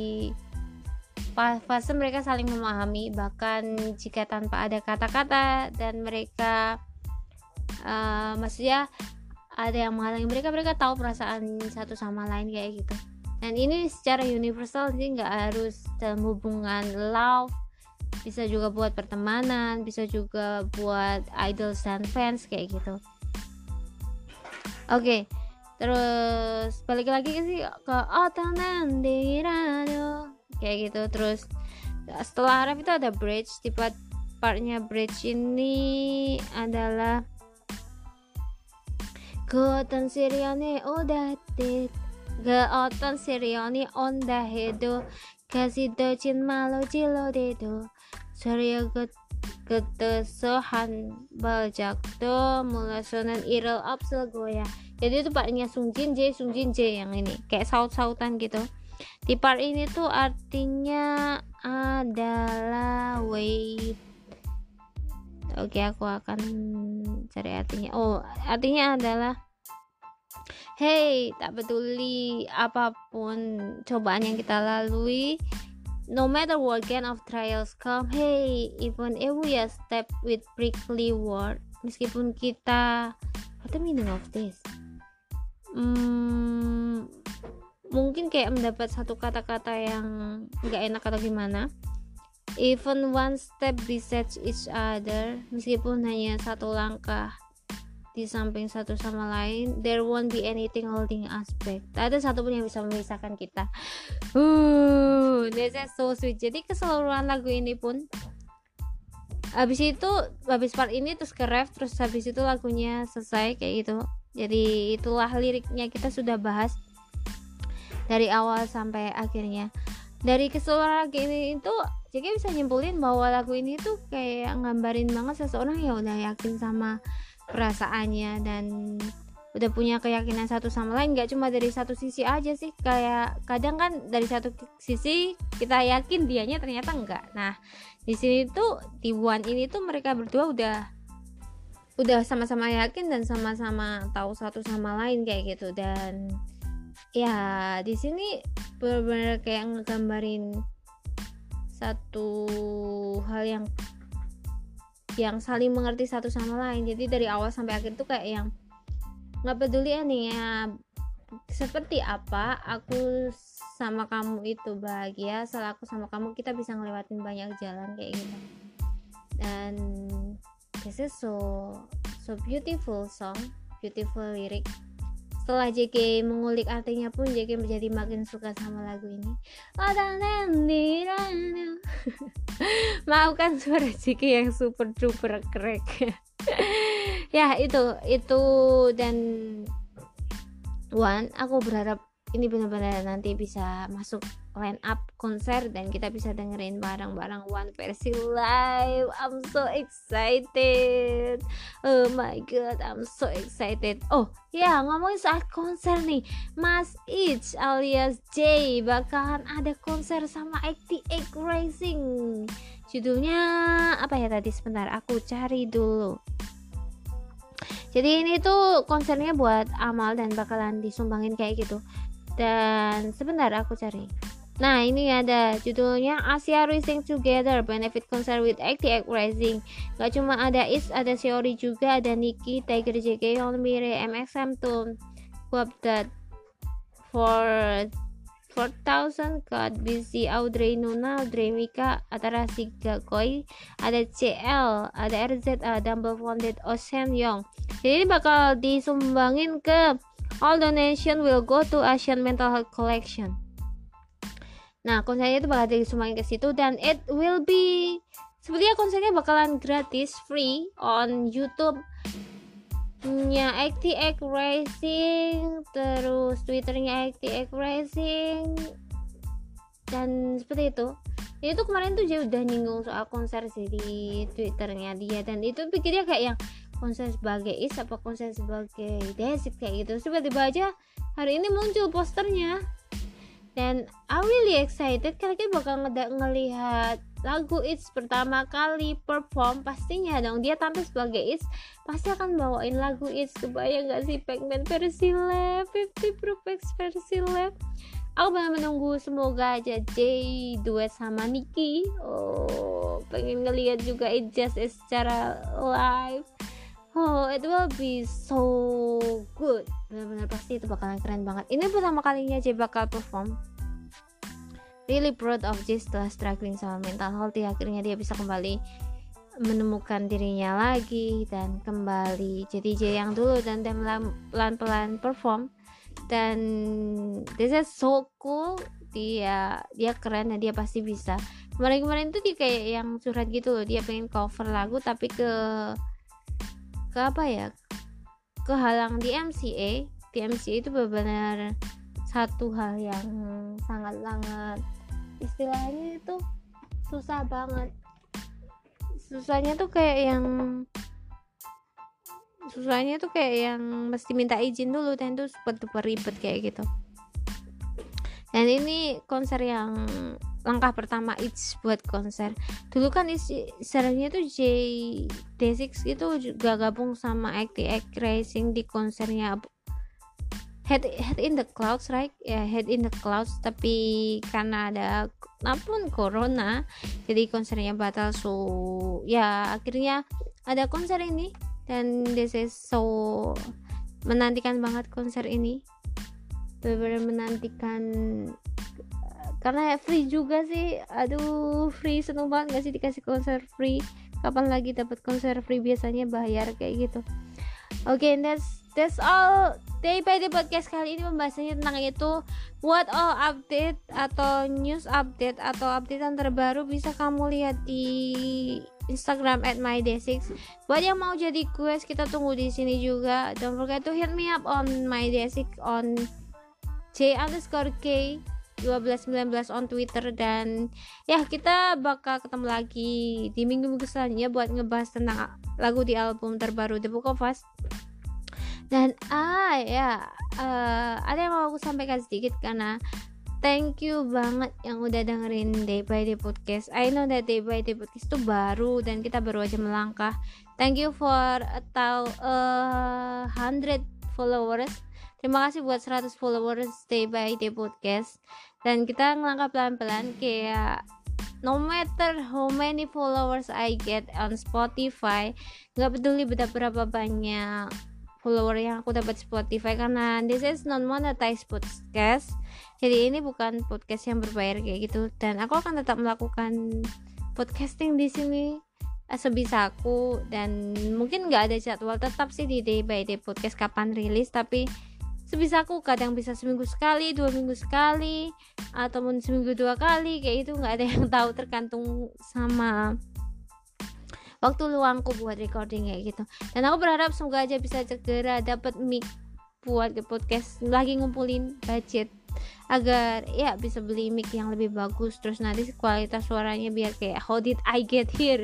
S2: fase mereka saling memahami, bahkan jika tanpa ada kata-kata, dan mereka uh, maksudnya ada yang menghalangi mereka, mereka tahu perasaan satu sama lain kayak gitu. Dan ini secara universal, jadi nggak harus dalam hubungan love, bisa juga buat pertemanan, bisa juga buat idols dan fans kayak gitu. Oke, okay. Terus balik lagi sih ke Otanan Dirado kayak gitu. Terus setelah rap itu ada bridge. Di part partnya bridge ini adalah Gotan Sirione Odatit Gotan Sirione Onda Hedo Kasido Chin Malo Cilo Dedo Surya Getesohan Baljakdo Mulasonan Irel Absel Goya. Jadi itu partnya Sungjin J Sungjin J yang ini kayak saut-sautan gitu. Di part ini tuh artinya adalah wait. Oke, aku akan cari artinya. Oh, artinya adalah hey, tak peduli apapun cobaan yang kita lalui, no matter what kind of trials come, hey, even if we are step with prickly word, meskipun kita, what the meaning of this? Hmm, mungkin kayak mendapat satu kata-kata yang nggak enak atau gimana. Even one step beside each other, meskipun hanya satu langkah di samping satu sama lain, there won't be anything holding us back. Tak ada satu pun yang bisa memisahkan kita. Uh, this is so sweet. Jadi keseluruhan lagu ini pun, habis itu, habis part ini terus ke ref, terus habis itu lagunya selesai kayak gitu. Jadi itulah liriknya kita sudah bahas dari awal sampai akhirnya. Dari keseluruhan lagu ini itu, jadi bisa nyimpulin bahwa lagu ini tuh kayak ngambarin banget seseorang yang udah yakin sama perasaannya dan udah punya keyakinan satu sama lain, nggak cuma dari satu sisi aja sih. Kayak kadang kan dari satu sisi kita yakin dianya ternyata enggak. Nah di sini tuh di One ini tuh mereka berdua udah udah sama-sama yakin dan sama-sama tahu satu sama lain kayak gitu. Dan ya di sini benar-benar kayak ngegambarin satu hal yang yang saling mengerti satu sama lain. Jadi dari awal sampai akhir tuh kayak yang nggak peduli ya nih ya seperti apa, aku sama kamu itu bahagia, asal aku sama kamu kita bisa ngelewatin banyak jalan kayak gitu. Dan this is so so beautiful song, beautiful lirik. Setelah J K mengulik artinya pun J K menjadi makin suka sama lagu ini. Maafkan suara J K yang super duper crack. Ya itu itu dan One, aku berharap ini benar-benar nanti bisa masuk line up konser dan kita bisa dengerin bareng-bareng One versi live. I'm so excited. Oh my god, I'm so excited. Oh ya, ngomongin soal konser nih, Mas Ich alias J bakalan ada konser sama X T X Racing. Judulnya apa ya tadi? Sebentar, aku cari dulu. Jadi ini tuh konsernya buat Amal dan bakalan disumbangin kayak gitu. Dan sebentar aku cari. Nah ini ada judulnya Asia Racing Together Benefit Concert with X T X Racing. Gak cuma ada Is, ada Seori juga, ada Nikki, Tiger J K, Holmire, M X M Tune, Guapdat, for four thousand Kat, B C, Audrey Nuna, Audrey Mika, Atarasi Gakoi, ada C L, ada R Z A, Dumble Founded, Ocean Young. Jadi ini bakal disumbangin ke all donation will go to Asian Mental Health Collection. Nah konsernya itu bakal disumbangin ke situ dan it will be sebenarnya konsernya bakalan gratis free on YouTube nya X T X Racing, terus Twitternya X T X Racing dan seperti itu. Ini tuh kemarin tuh dia udah nyinggung soal konser sih di Twitternya dia, dan itu pikirnya kayak yang konser sebagai Is apa konser sebagai Desik kayak gitu. Tiba-tiba aja hari ini muncul posternya dan I'm really excited karena kita bakal nged- ngelihat lagu It's pertama kali perform. Pastinya dong dia tampil sebagai It's, pasti akan bawain lagu It's. Kebayang gak sih Pac-Man versi live, lima puluh Pro Max versi live. Aku benar menunggu, semoga aja Jay duet sama Nikki. Oh, pengen ngelihat juga It Just Is secara live. Oh, it will be so good. Benar-benar pasti itu bakalan keren banget. Ini pertama kalinya Jay bakal perform. Really proud of Jay setelah struggling sama mental health. Akhirnya dia bisa kembali menemukan dirinya lagi dan kembali jadi Jay yang dulu, dan dia pelan-pelan perform. Dan this is so cool. Dia dia keren dan dia pasti bisa. Kemarin-kemarin tuh dia kayak yang curhat gitu loh. Dia pengen cover lagu tapi ke ke apa ya? Kehalang di M C A. Di M C A itu benar-benar satu hal yang sangat-sangat istilahnya itu susah banget. Susahnya tuh kayak yang susahnya tuh kayak yang mesti minta izin dulu, dan itu super ribet kayak gitu. Dan ini konser yang langkah pertama It's buat konser. Dulu kan sebenarnya tuh J D six itu juga gabung sama X T X Racing di konsernya Head, Head in the Clouds, right? Ya, yeah, Head in the Clouds, tapi karena ada apapun corona, jadi konsernya batal. So, ya akhirnya ada konser ini, dan this is so menantikan banget konser ini. Benar-benar menantikan karena free juga sih. Aduh, free, seneng banget gak sih dikasih konser free. Kapan lagi dapat konser free, biasanya bayar kayak gitu. Oke, okay, that's that's all. Day by Day podcast kali ini pembahasannya tentang itu. What all update atau news update atau updatean terbaru bisa kamu lihat di Instagram at my day six. Buat yang mau jadi quest, kita tunggu di sini juga. Don't forget to hit me up on my day six on J underscore K dua belas sembilan belas on Twitter. Dan ya, kita bakal ketemu lagi di minggu-minggu selanjutnya buat ngebahas tentang lagu di album terbaru The Book of Us. Dan ah ya uh, ada yang mau aku sampaikan sedikit, karena thank you banget yang udah dengerin Day by Day podcast. I know that Day by Day podcast itu baru dan kita baru aja melangkah. Thank you for a tau uh, hundred followers. Terima kasih buat seratus followers Day by Day podcast. Dan kita ngelangkah pelan-pelan, kayak no matter how many followers I get on Spotify, nggak peduli berapa banyak follower yang aku dapat Spotify, karena this is non monetized podcast. Jadi ini bukan podcast yang berbayar kayak gitu, dan aku akan tetap melakukan podcasting di sini sebisa aku. Dan mungkin nggak ada jadwal tetap sih di Day by Day podcast kapan rilis, tapi sebisa aku, kadang bisa seminggu sekali, dua minggu sekali, ataupun seminggu dua kali, kayak itu nggak ada yang tahu, tergantung sama waktu luangku buat recording kayak gitu. Dan aku berharap semoga aja bisa segera dapat mic buat ke podcast, lagi ngumpulin budget agar ya bisa beli mic yang lebih bagus, terus nanti kualitas suaranya biar kayak how did I get here.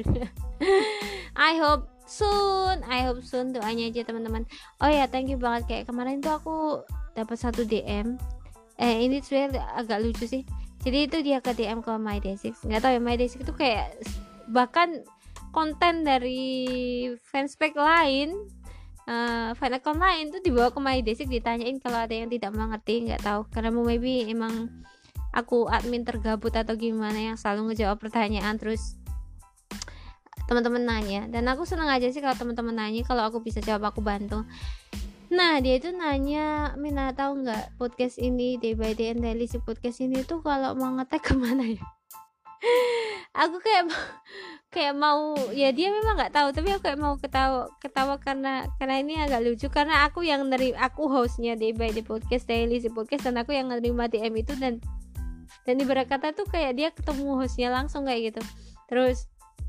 S2: I hope soon, I hope soon, doanya aja teman-teman. Oh ya, thank you banget, kayak kemarin tuh aku dapat satu D M. Eh ini sebenarnya agak lucu sih. Jadi itu dia ke D M ke my day six. Nggak tahu ya, my day six itu kayak bahkan konten dari fanspage lain, uh, fan account lain tuh dibawa ke my day six, ditanyain kalau ada yang tidak mengerti. Nggak tahu, karena maybe emang aku admin tergabut atau gimana yang selalu ngejawab pertanyaan terus teman-teman nanya. Dan aku seneng aja sih kalau teman-teman nanya, kalau aku bisa jawab aku bantu. Nah dia itu nanya, Mina tahu nggak podcast ini Day by Day and Daily si podcast ini tuh kalau mau ngetek kemana ya? Aku kayak kayak mau, ya dia memang nggak tahu, tapi aku kayak mau ketawa ketawa karena karena ini agak lucu, karena aku yang nerima, aku hostnya Day by Day podcast, Daily si podcast, dan aku yang nerima D M itu, dan dan ibarat kata tuh kayak dia ketemu hostnya langsung kayak gitu. Terus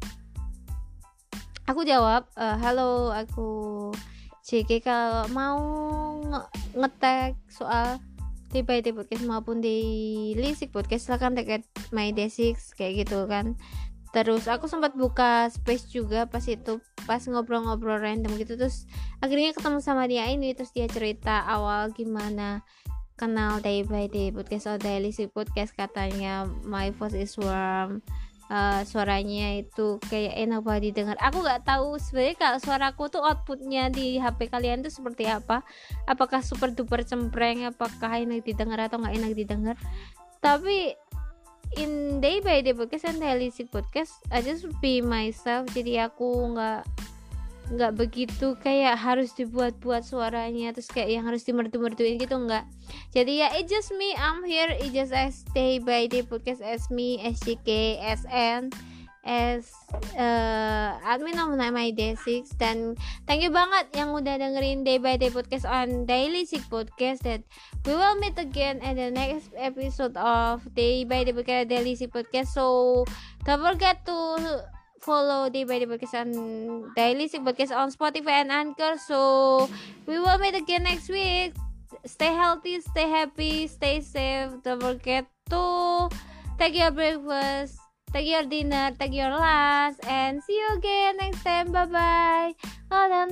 S2: aku jawab, e, halo, aku J K, kalau mau nge- ngetek soal Day by Day podcast maupun Daily Six podcast silahkan tag at my day six kayak gitu kan. Terus aku sempat buka space juga pas itu, pas ngobrol-ngobrol random gitu, terus akhirnya ketemu sama dia ini, terus dia cerita awal gimana kenal Day by Day podcast atau Daily Six podcast. Katanya my voice is warm, uh, suaranya itu kayak enak banget didengar. Aku nggak tahu sebenarnya kalau suaraku tuh outputnya di H P kalian tuh seperti apa, apakah super duper cempreng, apakah enak didengar atau nggak enak didengar. Tapi in Day by Day podcast and Daily Six podcast I just be myself, jadi aku nggak nggak begitu kayak harus dibuat-buat suaranya, terus kayak yang harus dimerdu-merduin gitu, nggak. Jadi ya it just me, I'm here, it just as Day by Day podcast as me, S J K, S N, as uh, admin on my day six. Dan thank you banget yang udah dengerin Day by Day podcast on Daily Six podcast. That we will meet again in the next episode of Day by Day podcast, Daily Six podcast. So don't forget to follow Day by Day podcast on Daily Six podcast on Spotify and Anchor. So we will meet again next week. Stay healthy, stay happy, stay safe. Don't forget to take your breakfast, take your dinner, take your lunch, and see you again next time. Bye bye. Bye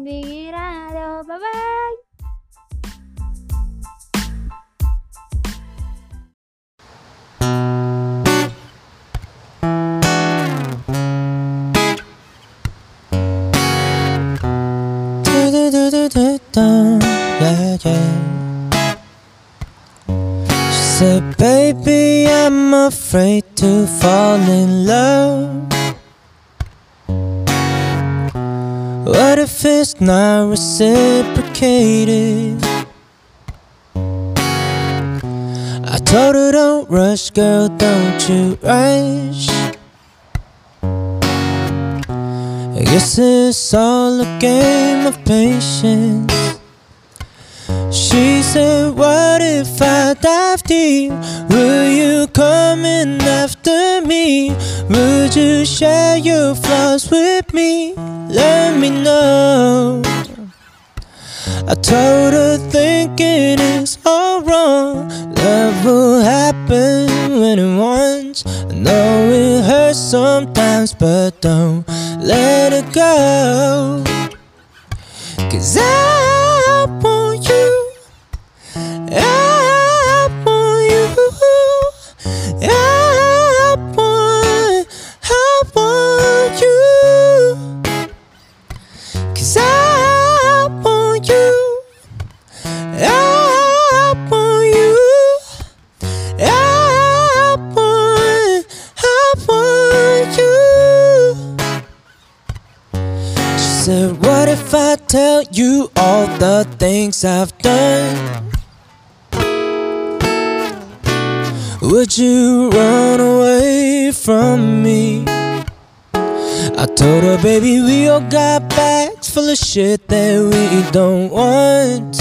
S2: bye.
S1: Yeah, yeah. She said, baby, I'm afraid to fall in love. What if it's not reciprocated? I told her, don't rush, girl, don't you rush. I guess it's all a game of patience. She said, what if I dive deep? Will you come in after me? Would you share your flaws with me? Let me know. I told her thinking it's all wrong. Love will happen when it wants. I know it hurts sometimes, but don't let it go. 'Cause I want you, I want you, I want, I want you. 'Cause I want you, I want you, I want, I want you. She said, what if I tell you all the things I've done? Would you run away from me? I told her, baby, we all got bags full of shit that we don't want,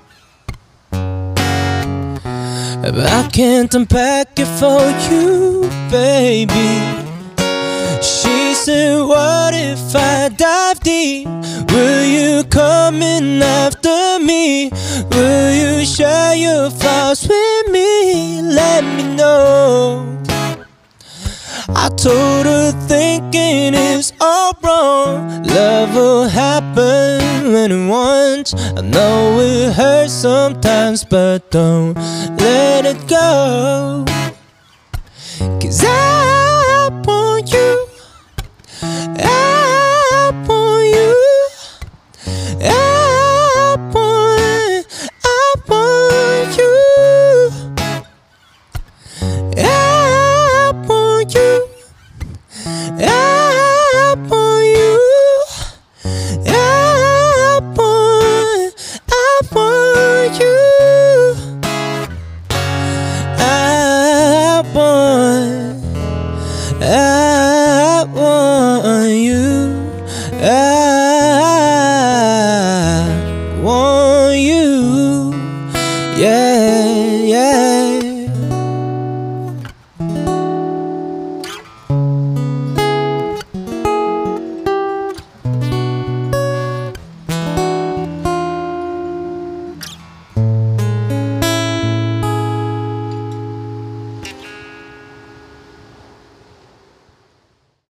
S1: but I can't unpack it for you, baby. She said, what if I dive deep? Will you come in after me? Will you share your flaws with me? Let me know. I told her thinking it's all wrong. Love will happen when it wants. I know it hurts sometimes, but don't let it go. 'Cause I want you, I want you, I want, I want you, I want you, I want you, I